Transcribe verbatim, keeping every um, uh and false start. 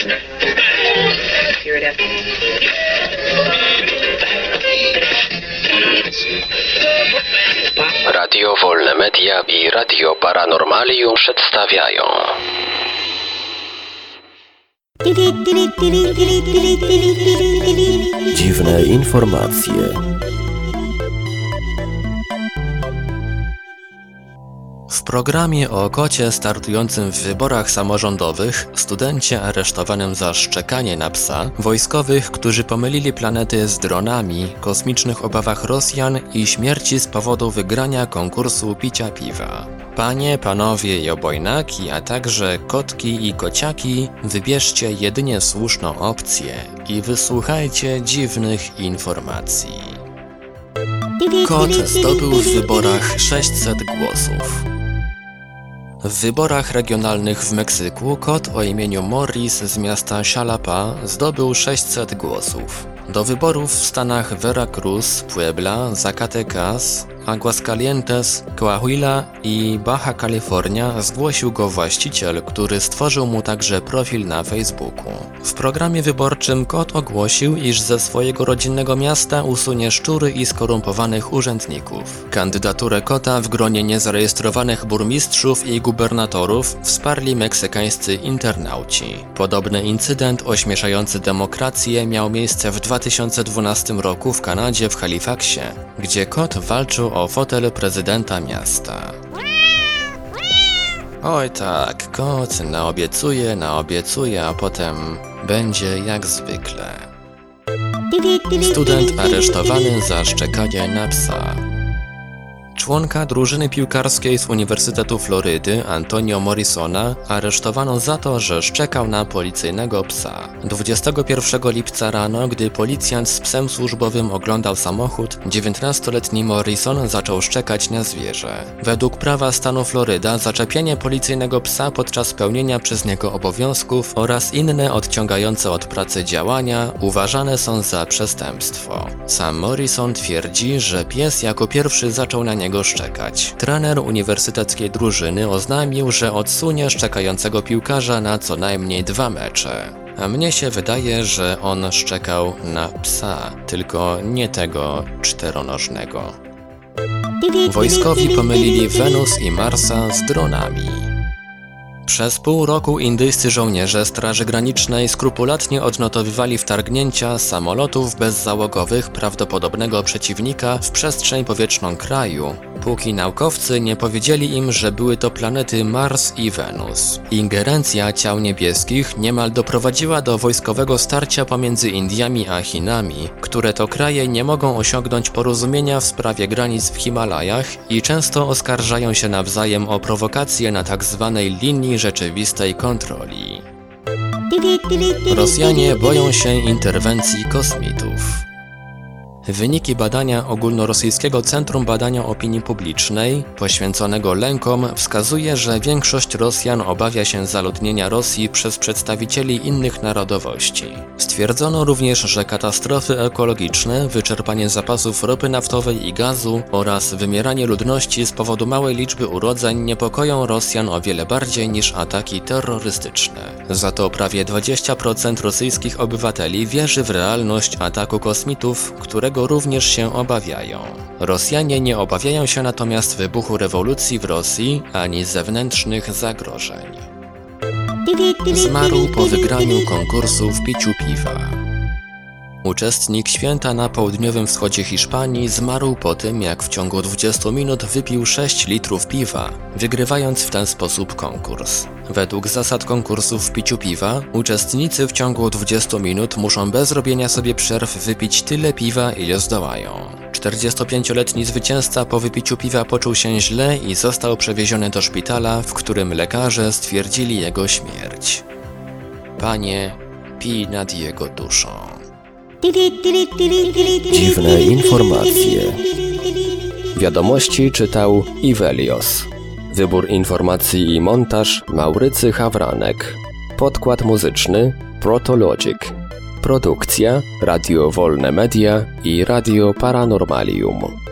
Radio Wolne Media i Radio Paranormalium przedstawiają Dziwne informacje. W programie o kocie startującym w wyborach samorządowych, studencie aresztowanym za szczekanie na psa, wojskowych, którzy pomylili planety z dronami, kosmicznych obawach Rosjan i śmierci z powodu wygrania konkursu picia piwa. Panie, panowie i obojnaki, a także kotki i kociaki, wybierzcie jedynie słuszną opcję i wysłuchajcie dziwnych informacji. Kot zdobył w wyborach sześćset głosów. W wyborach regionalnych w Meksyku kot o imieniu Morris z miasta Xalapa zdobył sześćset głosów. Do wyborów w stanach Veracruz, Puebla, Zacatecas, Aguascalientes, Coahuila i Baja California zgłosił go właściciel, który stworzył mu także profil na Facebooku. W programie wyborczym kot ogłosił, iż ze swojego rodzinnego miasta usunie szczury i skorumpowanych urzędników. Kandydaturę kota w gronie niezarejestrowanych burmistrzów i gubernatorów wsparli meksykańscy internauci. Podobny incydent ośmieszający demokrację miał miejsce w dwa tysiące dwunastym roku w Kanadzie w Halifaxie, gdzie kot walczył o fotel prezydenta miasta. Oj tak, kot naobiecuje, naobiecuje, a potem będzie jak zwykle. Student aresztowany za szczekanie na psa. Członka drużyny piłkarskiej z Uniwersytetu Florydy, Antonio Morrisona, aresztowano za to, że szczekał na policyjnego psa. dwudziestego pierwszego lipca rano, gdy policjant z psem służbowym oglądał samochód, dziewiętnastoletni Morrison zaczął szczekać na zwierzę. Według prawa stanu Floryda zaczepianie policyjnego psa podczas pełnienia przez niego obowiązków oraz inne odciągające od pracy działania uważane są za przestępstwo. Sam Morrison twierdzi, że pies jako pierwszy zaczął na niego szczekać. Trener uniwersyteckiej drużyny oznajmił, że odsunie szczekającego piłkarza na co najmniej dwa mecze. A mnie się wydaje, że on szczekał na psa, tylko nie tego czteronożnego. Wojskowi pomylili Wenus i Marsa z dronami. Przez pół roku indyjscy żołnierze Straży Granicznej skrupulatnie odnotowywali wtargnięcia samolotów bezzałogowych prawdopodobnego przeciwnika w przestrzeń powietrzną kraju, póki naukowcy nie powiedzieli im, że były to planety Mars i Wenus. Ingerencja ciał niebieskich niemal doprowadziła do wojskowego starcia pomiędzy Indiami a Chinami, które to kraje nie mogą osiągnąć porozumienia w sprawie granic w Himalajach i często oskarżają się nawzajem o prowokacje na tzw. linii rzeczywistej kontroli. Rosjanie boją się interwencji kosmitów. Wyniki badania Ogólnorosyjskiego Centrum Badania Opinii Publicznej, poświęconego lękom, wskazuje, że większość Rosjan obawia się zaludnienia Rosji przez przedstawicieli innych narodowości. Stwierdzono również, że katastrofy ekologiczne, wyczerpanie zapasów ropy naftowej i gazu oraz wymieranie ludności z powodu małej liczby urodzeń niepokoją Rosjan o wiele bardziej niż ataki terrorystyczne. Za to prawie dwadzieścia procent rosyjskich obywateli wierzy w realność ataku kosmitów, którego również się obawiają. Rosjanie nie obawiają się natomiast wybuchu rewolucji w Rosji ani zewnętrznych zagrożeń. Zmarł po wygraniu konkursu w piciu piwa. Uczestnik święta na południowym wschodzie Hiszpanii zmarł po tym, jak w ciągu dwudziestu minut wypił sześć litrów piwa, wygrywając w ten sposób konkurs. Według zasad konkursu w piciu piwa, uczestnicy w ciągu dwudziestu minut muszą bez robienia sobie przerw wypić tyle piwa, ile zdołają. czterdziestopięcioletni zwycięzca po wypiciu piwa poczuł się źle i został przewieziony do szpitala, w którym lekarze stwierdzili jego śmierć. Panie, pij nad jego duszą. Dziwne informacje. Wiadomości czytał Ivelios. Wybór informacji i montaż Maurycy Hawranek. Podkład muzyczny Protologic. Produkcja Radio Wolne Media i Radio Paranormalium.